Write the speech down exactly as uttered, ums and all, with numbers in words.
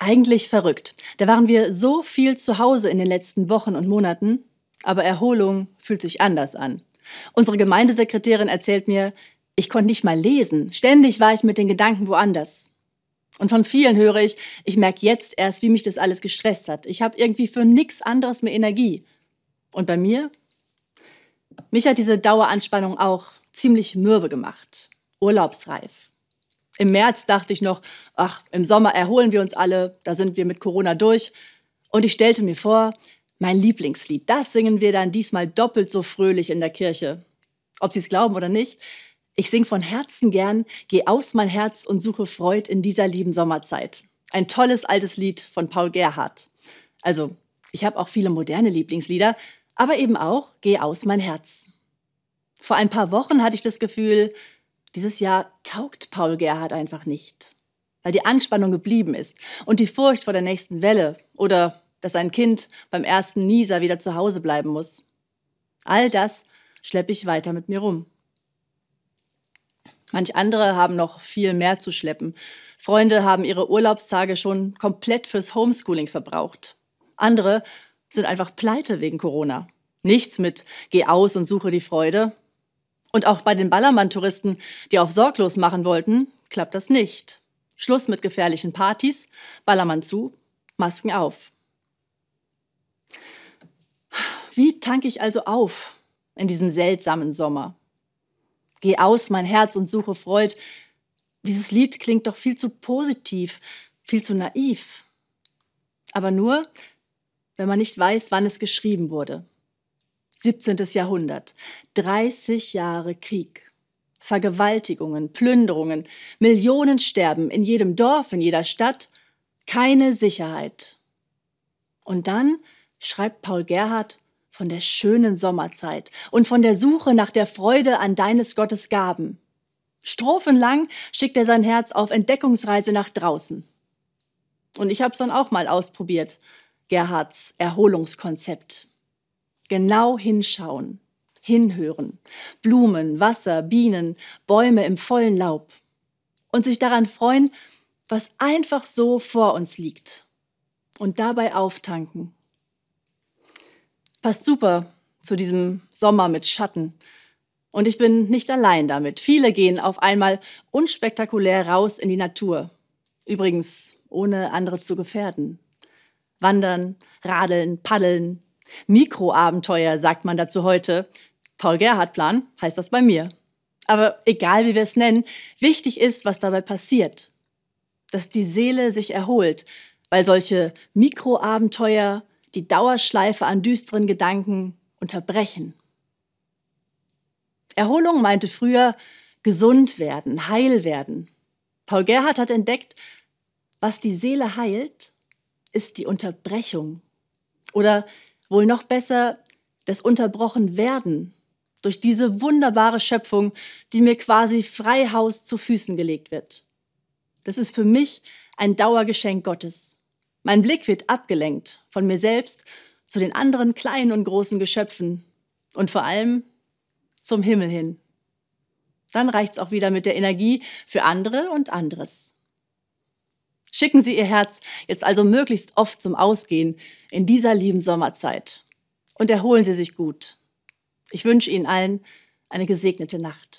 Eigentlich verrückt. Da waren wir so viel zu Hause in den letzten Wochen und Monaten, aber Erholung fühlt sich anders an. Unsere Gemeindesekretärin erzählt mir, ich konnte nicht mal lesen. Ständig war ich mit den Gedanken woanders. Und von vielen höre ich, ich merke jetzt erst, wie mich das alles gestresst hat. Ich habe irgendwie für nichts anderes mehr Energie. Und bei mir? Mich hat diese Daueranspannung auch ziemlich mürbe gemacht. Urlaubsreif. Im März dachte ich noch, ach, im Sommer erholen wir uns alle, da sind wir mit Corona durch. Und ich stellte mir vor, mein Lieblingslied, das singen wir dann diesmal doppelt so fröhlich in der Kirche. Ob Sie es glauben oder nicht, ich singe von Herzen gern, geh aus mein Herz und suche Freud in dieser lieben Sommerzeit. Ein tolles altes Lied von Paul Gerhardt. Also, ich habe auch viele moderne Lieblingslieder, aber eben auch Geh aus mein Herz. Vor ein paar Wochen hatte ich das Gefühl, dieses Jahr taugt Paul Gerhardt einfach nicht, weil die Anspannung geblieben ist und die Furcht vor der nächsten Welle oder dass ein Kind beim ersten Nieser wieder zu Hause bleiben muss. All das schleppe ich weiter mit mir rum. Manch andere haben noch viel mehr zu schleppen. Freunde haben ihre Urlaubstage schon komplett fürs Homeschooling verbraucht. Andere sind einfach pleite wegen Corona. Nichts mit Geh aus und suche die Freude. Und auch bei den Ballermann-Touristen, die auf sorglos machen wollten, klappt das nicht. Schluss mit gefährlichen Partys, Ballermann zu, Masken auf. Wie tanke ich also auf in diesem seltsamen Sommer? Geh aus, mein Herz, und suche Freud. Dieses Lied klingt doch viel zu positiv, viel zu naiv. Aber nur, wenn man nicht weiß, wann es geschrieben wurde. siebzehntes Jahrhundert, dreißig Jahre Krieg, Vergewaltigungen, Plünderungen, Millionen sterben in jedem Dorf, in jeder Stadt, keine Sicherheit. Und dann schreibt Paul Gerhardt von der schönen Sommerzeit und von der Suche nach der Freude an deines Gottes Gaben. Strophenlang schickt er sein Herz auf Entdeckungsreise nach draußen. Und ich habe es dann auch mal ausprobiert, Gerhardts Erholungskonzept. Genau hinschauen, hinhören, Blumen, Wasser, Bienen, Bäume im vollen Laub. Und sich daran freuen, was einfach so vor uns liegt. Und dabei auftanken. Passt super zu diesem Sommer mit Schatten. Und ich bin nicht allein damit. Viele gehen auf einmal unspektakulär raus in die Natur. Übrigens, ohne andere zu gefährden. Wandern, radeln, paddeln. Mikroabenteuer, sagt man dazu heute. Paul-Gerhardt-Plan heißt das bei mir. Aber egal, wie wir es nennen, wichtig ist, was dabei passiert. Dass die Seele sich erholt, weil solche Mikroabenteuer die Dauerschleife an düsteren Gedanken unterbrechen. Erholung meinte früher gesund werden, heil werden. Paul Gerhardt hat entdeckt, was die Seele heilt, ist die Unterbrechung. Oder wohl noch besser, das Unterbrochenwerden durch diese wunderbare Schöpfung, die mir quasi frei Haus zu Füßen gelegt wird. Das ist für mich ein Dauergeschenk Gottes. Mein Blick wird abgelenkt von mir selbst zu den anderen kleinen und großen Geschöpfen und vor allem zum Himmel hin. Dann reicht's auch wieder mit der Energie für andere und anderes. Schicken Sie Ihr Herz jetzt also möglichst oft zum Ausgehen in dieser lieben Sommerzeit und erholen Sie sich gut. Ich wünsche Ihnen allen eine gesegnete Nacht.